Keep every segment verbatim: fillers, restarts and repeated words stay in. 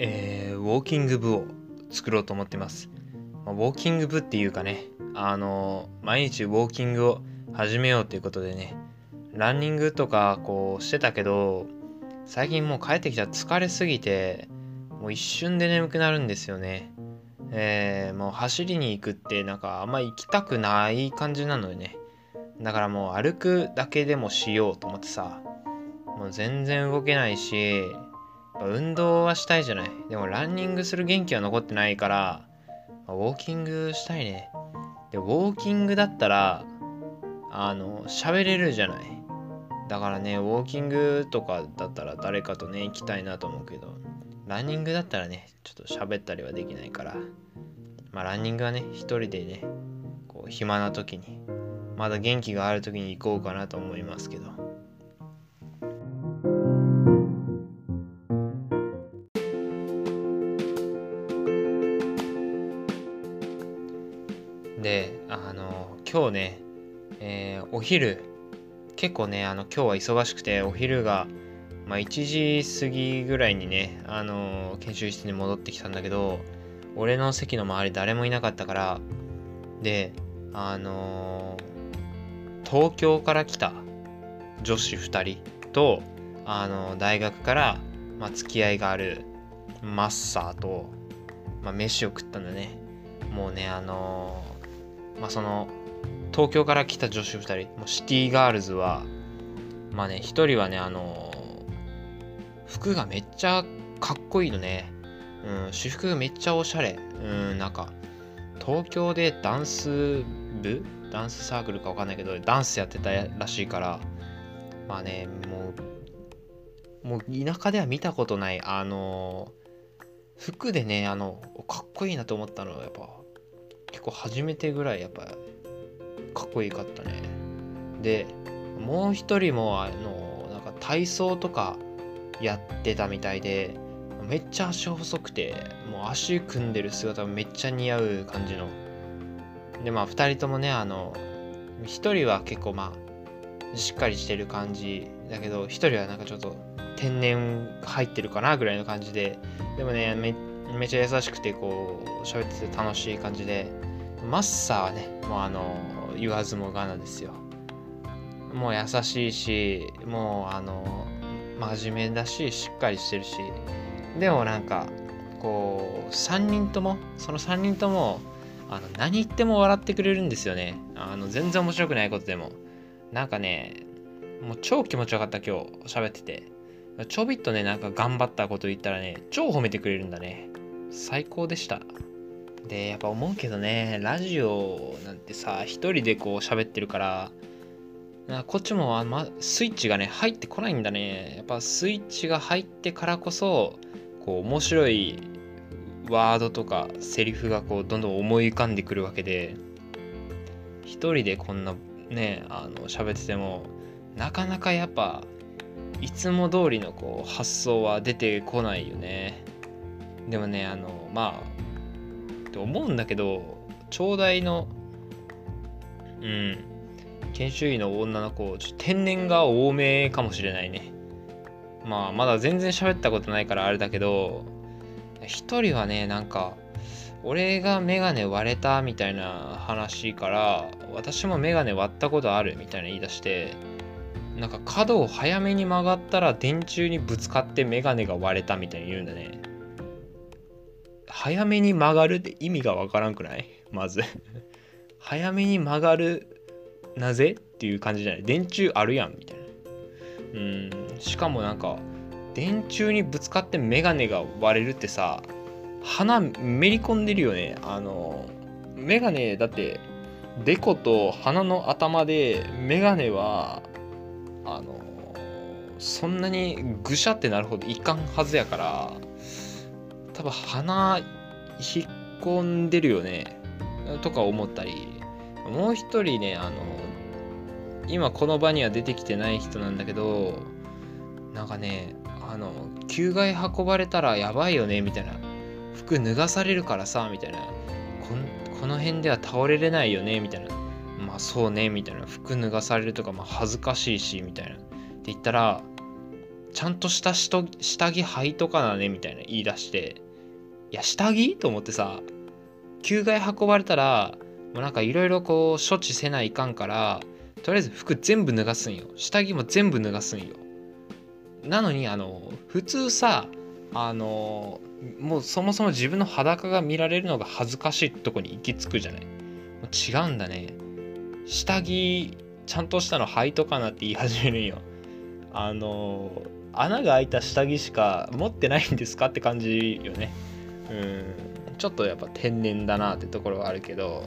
えー、ウォーキング部を作ろうと思ってます。まあ、ウォーキング部っていうかね、あのー毎日ウォーキングを始めようということでね、ランニングとかこうしてたけど、最近もう帰ってきたら疲れすぎて、もう一瞬で眠くなるんですよね。えー、もう走りに行くってなんかあんま行きたくない感じなのよね。だからもう歩くだけでもしようと思ってさ、もう全然動けないし、運動はしたいじゃない。でもランニングする元気は残ってないから、ウォーキングしたいね。で、ウォーキングだったら、あの、喋れるじゃない。だからね、ウォーキングとかだったら誰かとね、行きたいなと思うけど、ランニングだったらね、ちょっと喋ったりはできないから、まあランニングはね、一人でね、こう、暇な時に、まだ元気がある時に行こうかなと思いますけど。で、あの、今日ね、えーお昼、結構ね、あの、今日は忙しくて、お昼が、まあ、いちじ過ぎぐらいにね、あの、研修室に戻ってきたんだけど、俺の席の周り誰もいなかったから、で、あの東京から来た女子ふたりと、あの大学から、まあ、付き合いがあるマッサーと、まあ、飯を食ったんだね。もうね、あのまあその東京から来た女子ふたり、もうシティガールズは、まあね、ひとりはね、あの服がめっちゃかっこいいのね。うん、私服がめっちゃおしゃれ。うん、なんか、東京でダンス部ダンスサークルかわかんないけど、ダンスやってたらしいから、まあね、もう、もう田舎では見たことない、あの服でね、あの、かっこいいなと思ったのは、やっぱ、結構初めてぐらい、やっぱ、かっこいいかったね。で、もう一人も、あの、なんか体操とかやってたみたいで、めっちゃ足細くて、もう足組んでる姿がめっちゃ似合う感じの。で、まあ二人ともね、あの、一人は結構まあ、しっかりしてる感じだけど、一人はなんかちょっと天然入ってるかなぐらいの感じで、でもね、めめっちゃ優しくてこう、喋ってて楽しい感じで、マッサーはね、もうあの、言わずもがなですよ。もう優しいし、もうあの、真面目だし、しっかりしてるし、でもなんか、こう、さんにんとも、そのさんにんとも、あの、何言っても笑ってくれるんですよね。あの、全然面白くないことでも。なんかね、もう超気持ちよかった今日、喋ってて。ちょびっとね、なんか頑張ったこと言ったらね、超褒めてくれるんだね。最高でした。で、やっぱ思うけどね、ラジオなんてさ、一人でこう喋ってるから、なこっちもあ、ま、スイッチがね、入ってこないんだね。やっぱスイッチが入ってからこそ、こう、面白いワードとかセリフがこう、どんどん思い浮かんでくるわけで、一人でこんなね、あの、喋ってても、なかなかやっぱ、いつも通りのこう、発想は出てこないよね。でもね、あの、まあ、って思うんだけど、長大の、うん、研修医の女の子、ちょっと天然が多めかもしれないね。まあ、まだ全然喋ったことないからあれだけど、一人はね、なんか、俺がメガネ割れたみたいな話から、私もメガネ割ったことあるみたいな言い出して、なんか角を早めに曲がったら電柱にぶつかってメガネが割れたみたいに言うんだね。早めに曲がるって意味がわからんくない？まず。早めに曲がる、なぜっていう感じじゃない？電柱あるやんみたいな。うん、しかもなんか、電柱にぶつかってメガネが割れるってさ、鼻めり込んでるよね。あの、メガネだって、デコと鼻の頭で、メガネは、あの、そんなにぐしゃってなるほどいかんはずやから、多分鼻引っ込んでるよね。とか思ったり、もう一人ね、あの、今この場には出てきてない人なんだけど、なんかね、あの、救害運ばれたらやばいよね、みたいな。服脱がされるからさ、みたいな。こん、この辺では倒れれないよね、みたいな。まあそうね、みたいな。服脱がされるとか、まあ恥ずかしいし、みたいな。って言ったら、 ちゃんとした下着履いとかなねみたいな言い出して、いや下着と思ってさ、救害運ばれたらもうなんかいろいろこう処置せないかんから、とりあえず服全部脱がすんよ。下着も全部脱がすんよ。なのにあの普通さ、あのもうそもそも自分の裸が見られるのが恥ずかしいとこに行き着くじゃない。違うんだね。下着ちゃんとしたの履いとかなって言い始めるんよ。あの穴が開いた下着しか持ってないんですかって感じよね。うん、ちょっとやっぱ天然だなってところはあるけど、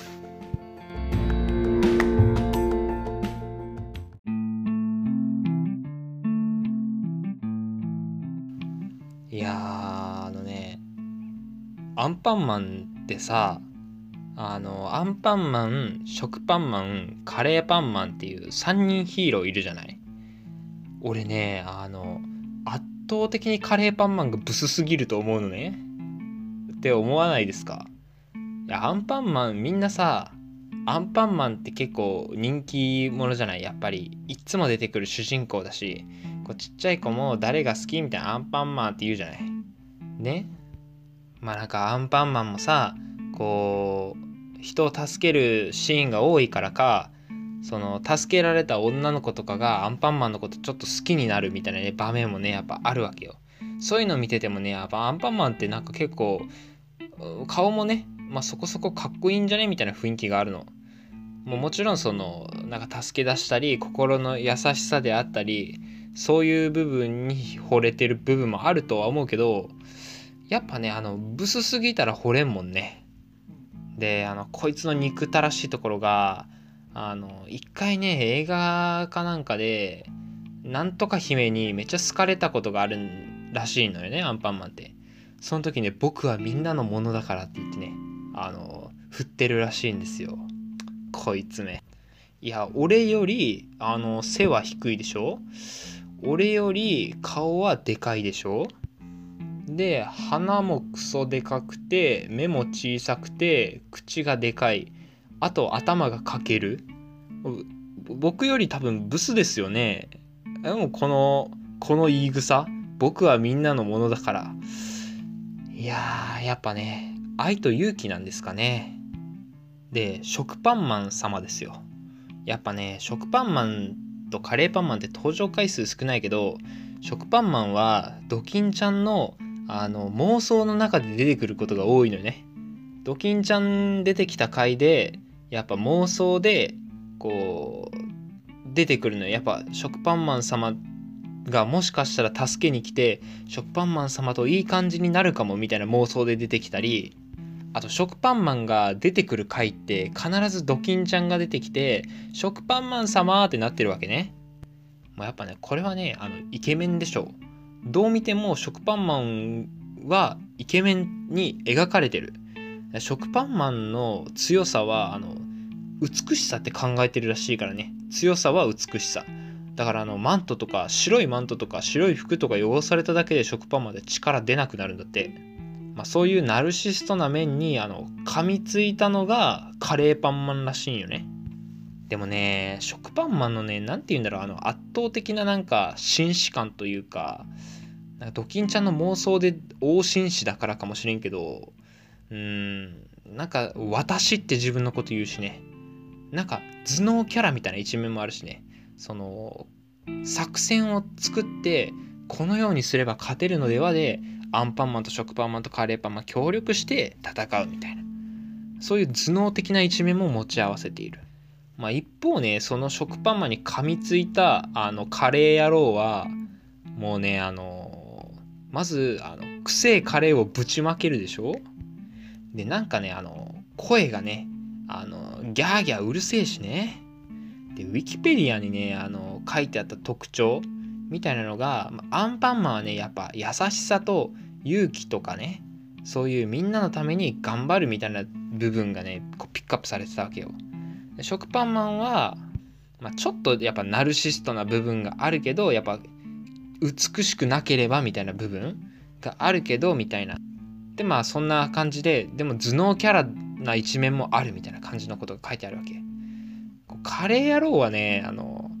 いやーあのねアンパンマンってさ、あのアンパンマン、食パンマン、カレーパンマンっていうさんにんヒーローいるじゃない。俺ね、あの圧倒的にカレーパンマンがブスすぎると思うのねって思わないですか？いやアンパンマンみんなさ、アンパンマンって結構人気者じゃない。やっぱりいっつも出てくる主人公だし、こうちっちゃい子も誰が好きみたいなアンパンマンって言うじゃないね。まあなんかアンパンマンもさ、こう人を助けるシーンが多いからか、その助けられた女の子とかがアンパンマンのことちょっと好きになるみたいなね場面もねやっぱあるわけよ。そういうの見ててもね、やっぱアンパンマンってなんか結構顔もね、まあそこそこかっこいいんじゃねみたいな雰囲気があるの。もうもちろんそのなんか助け出したり心の優しさであったり、そういう部分に惚れてる部分もあるとは思うけど、やっぱねあのブスすぎたら惚れんもんね。であのこいつの憎たらしいところが、あの一回ね映画かなんかでなんとか姫にめっちゃ好かれたことがあるらしいのよね、アンパンマンって。その時ね、僕はみんなのものだからって言ってね、あの振ってるらしいんですよ、こいつめ。いや俺よりあの背は低いでしょ、俺より顔はでかいでしょ、で鼻もクソでかくて目も小さくて口がでかい、あと頭がかける。僕より多分ブスですよね。でもこのこの言い草、僕はみんなのものだから。いやーやっぱね愛と勇気なんですかね。で食パンマン様ですよ。やっぱね食パンマンとカレーパンマンって登場回数少ないけど、食パンマンはドキンちゃんのあの妄想の中で出てくることが多いのよね。ドキンちゃん出てきた回でやっぱ妄想でこう出てくるのよ。やっぱ食パンマン様がもしかしたら助けに来て食パンマン様といい感じになるかもみたいな妄想で出てきたり、あと食パンマンが出てくる回って必ずドキンちゃんが出てきて食パンマン様ってなってるわけね。もうやっぱねこれはねあのイケメンでしょ。どう見ても食パンマンはイケメンに描かれてる。食パンマンの強さはあの美しさって考えてるらしいからね。強さは美しさだから、あのマントとか白いマントとか白い服とか汚されただけで食パンマンで力出なくなるんだって。まあ、そういうナルシストな面にあの噛みついたのがカレーパンマンらしいんよね。でもね食パンマンのねなんて言うんだろう、あの圧倒的ななんか紳士感というか、なんかドキンちゃんの妄想で大紳士だからかもしれんけど、うーんなんか私って自分のこと言うしね、なんか頭脳キャラみたいな一面もあるしね。その作戦を作ってこのようにすれば勝てるのではでアンパンマンと食パンマンとカレーパンマン協力して戦うみたいな、そういう頭脳的な一面も持ち合わせている。まあ一方ねその食パンマンに噛みついたあのカレー野郎はもうねあのまずあのくせえカレーをぶちまけるでしょ。でなんかねあの声がねあのギャーギャーうるせえしね。でウィキペディアにねあの書いてあった特徴みたいなのが、アンパンマンはねやっぱ優しさと勇気とかね、そういうみんなのために頑張るみたいな部分がねこうピックアップされてたわけよ。で食パンマンは、まあ、ちょっとやっぱナルシストな部分があるけど、やっぱ美しくなければみたいな部分があるけどみたいな。でまあそんな感じで、でも頭脳キャラな一面もあるみたいな感じのことが書いてあるわけ。カレー野郎はねあの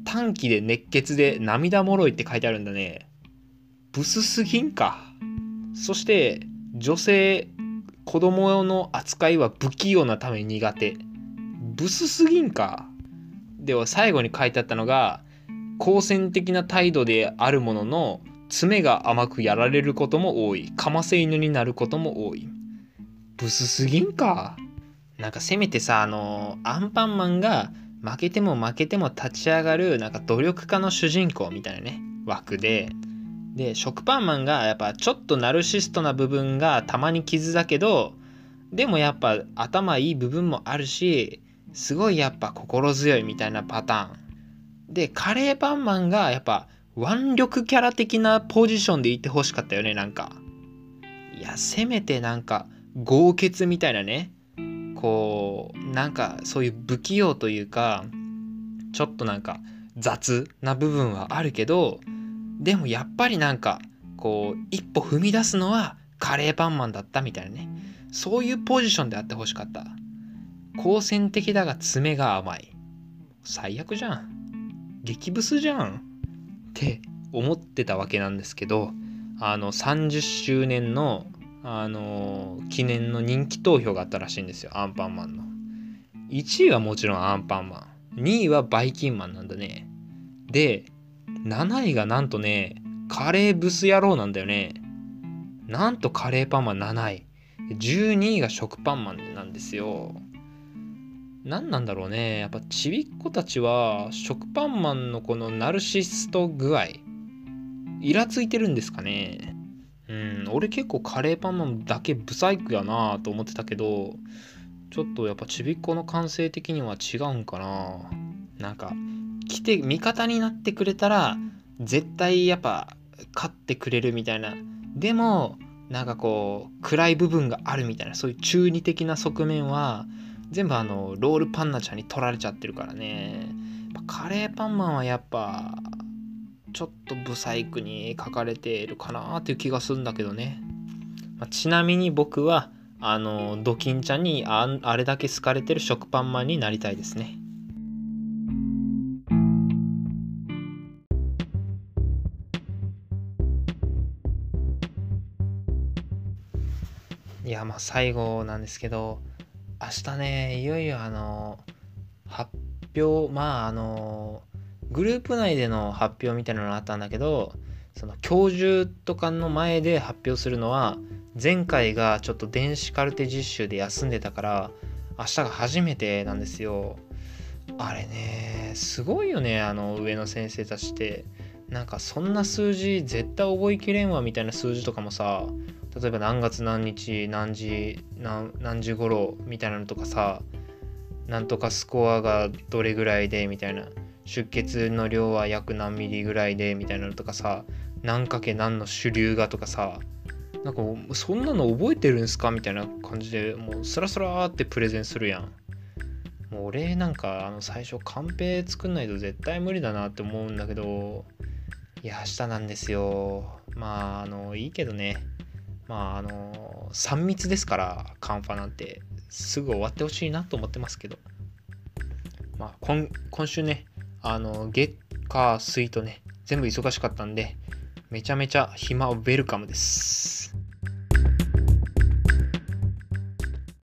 短期で熱血で涙もろいって書いてあるんだね。ブスすぎんか。そして女性子供の扱いは不器用なため苦手。ブスすぎんか。では最後に書いてあったのが、好戦的な態度であるものの爪が甘くやられることも多い。かませ犬になることも多い。ブスすぎんか。なんかせめてさ、あのアンパンマンが負けても負けても立ち上がるなんか努力家の主人公みたいなね枠で、で食パンマンがやっぱちょっとナルシストな部分がたまに傷だけど、でもやっぱ頭いい部分もあるし、すごいやっぱ心強いみたいなパターンで、カレーパンマンがやっぱ腕力キャラ的なポジションでいてほしかったよね。なんかいやせめてなんか豪傑みたいなね、こうなんかそういう不器用というかちょっとなんか雑な部分はあるけど、でもやっぱりなんかこう一歩踏み出すのはカレーパンマンだったみたいなね、そういうポジションであってほしかった。好戦的だが爪が甘い。最悪じゃん、激ブスじゃんって思ってたわけなんですけど、あのさんじゅっしゅうねんのあのー記念の人気投票があったらしいんですよ、アンパンマンの。いちいはもちろんアンパンマン、にいはバイキンマンなんだね。でなないがなんとねカレーブス野郎なんだよね。なんとカレーパンマンなない、じゅうにいが食パンマンなんですよ。何なんだろうね、やっぱちびっ子たちは食パンマンのこのナルシスト具合イラついてるんですかね。うん、俺結構カレーパンマンだけブサイクやなと思ってたけど、ちょっとやっぱちびっ子の感性的には違うんかな。なんか来て味方になってくれたら絶対やっぱ勝ってくれるみたいな、でもなんかこう暗い部分があるみたいな、そういう中二的な側面は全部あのロールパンナちゃんに取られちゃってるからね。やっぱカレーパンマンはやっぱちょっとブサイクに書かれているかなっていう気がするんだけどね。まあ、ちなみに僕はあのドキンちゃんに あ, あれだけ好かれてる食パンマンになりたいですね。いやまあ最後なんですけど、明日ねいよいよあの発表、まああのグループ内での発表みたいなのがあったんだけど、その教授とかの前で発表するのは前回がちょっと電子カルテ実習で休んでたから明日が初めてなんですよ。あれねすごいよね、あの上の先生たちって。なんかそんな数字絶対覚えきれんわみたいな数字とかもさ、例えば何月何日何時 何, 何時頃みたいなのとかさ、なんとかスコアがどれぐらいでみたいな、出血の量は約何ミリぐらいでみたいなのとかさ、何かけ何の主流がとかさ、なんかそんなの覚えてるんすかみたいな感じでもうスラスラーってプレゼンするやん。もう俺なんかあの最初カンペ作んないと絶対無理だなって思うんだけど、いや明日なんですよ。まああのいいけどね、まああのさん密ですからカンファなんてすぐ終わってほしいなと思ってますけど、まあ 今, 今週ねあの月火水とね全部忙しかったんでめちゃめちゃ暇ウェルカムです。